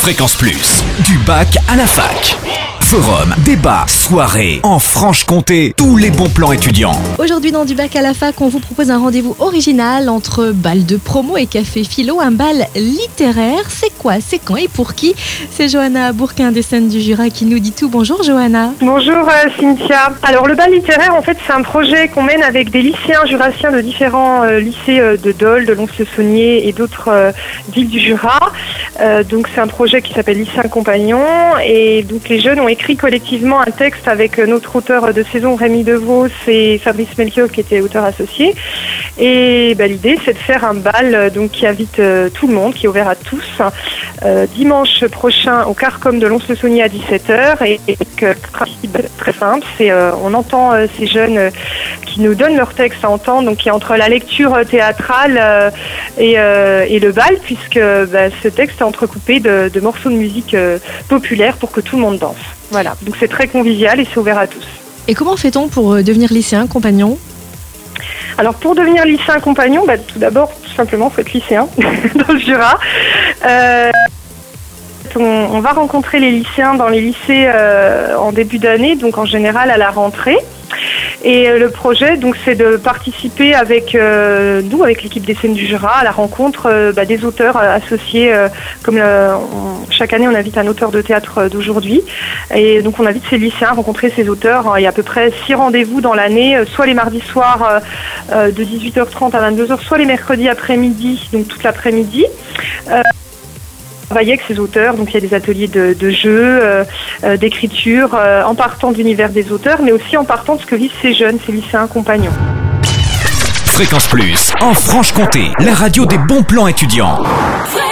Fréquence Plus, du bac à la fac. Forum, débat, soirée, en Franche-Comté, tous les bons plans étudiants. Aujourd'hui dans Du bac à la fac, on vous propose un rendez-vous original entre bal de promo et café philo, un bal littéraire. C'est quoi, c'est quand et pour qui? C'est Johanna Bourquin des Scènes du Jura qui nous dit tout. Bonjour Johanna. Bonjour Cynthia. Alors le bal littéraire, en fait, c'est un projet qu'on mène avec des lycéens jurassiens de différents lycées de Dole, de Lons-le-Saunier et d'autres villes du Jura. Donc c'est un projet qui s'appelle Lycéens Compagnons et donc les jeunes ont écrit collectivement un texte avec notre auteur de saison Rémi Devos et Fabrice Melchior qui était auteur associé. Et l'idée c'est de faire un bal donc qui invite tout le monde, qui est ouvert à tous, dimanche prochain au Carcom de Lons-le-Saunier à 17h et très simple, c'est on entend ces jeunes qui nous donnent leur texte à entendre, donc qui est entre la lecture théâtrale et le bal, puisque ce texte est entrecoupé de morceaux de musique populaire pour que tout le monde danse. Voilà, donc c'est très convivial et c'est ouvert à tous. Et comment fait-on pour devenir lycéen compagnon? Alors pour devenir lycéen compagnon, tout d'abord, tout simplement, faut être lycéen dans le Jura. On va rencontrer les lycéens dans les lycées en début d'année, donc en général à la rentrée. Et le projet, donc, c'est de participer avec nous, avec l'équipe des Scènes du Jura, à la rencontre des auteurs associés. Chaque année, on invite un auteur de théâtre d'aujourd'hui. Et donc, on invite ces lycéens à rencontrer ces auteurs. Il y a à peu près 6 rendez-vous dans l'année, soit les mardis soirs de 18h30 à 22h, soit les mercredis après-midi, donc toute l'après-midi. Travailler avec ces auteurs, donc il y a des ateliers de jeu, d'écriture, en partant de l'univers des auteurs, mais aussi en partant de ce que vivent ces jeunes, ces lycéens compagnons. Fréquence Plus, en Franche-Comté, la radio des bons plans étudiants.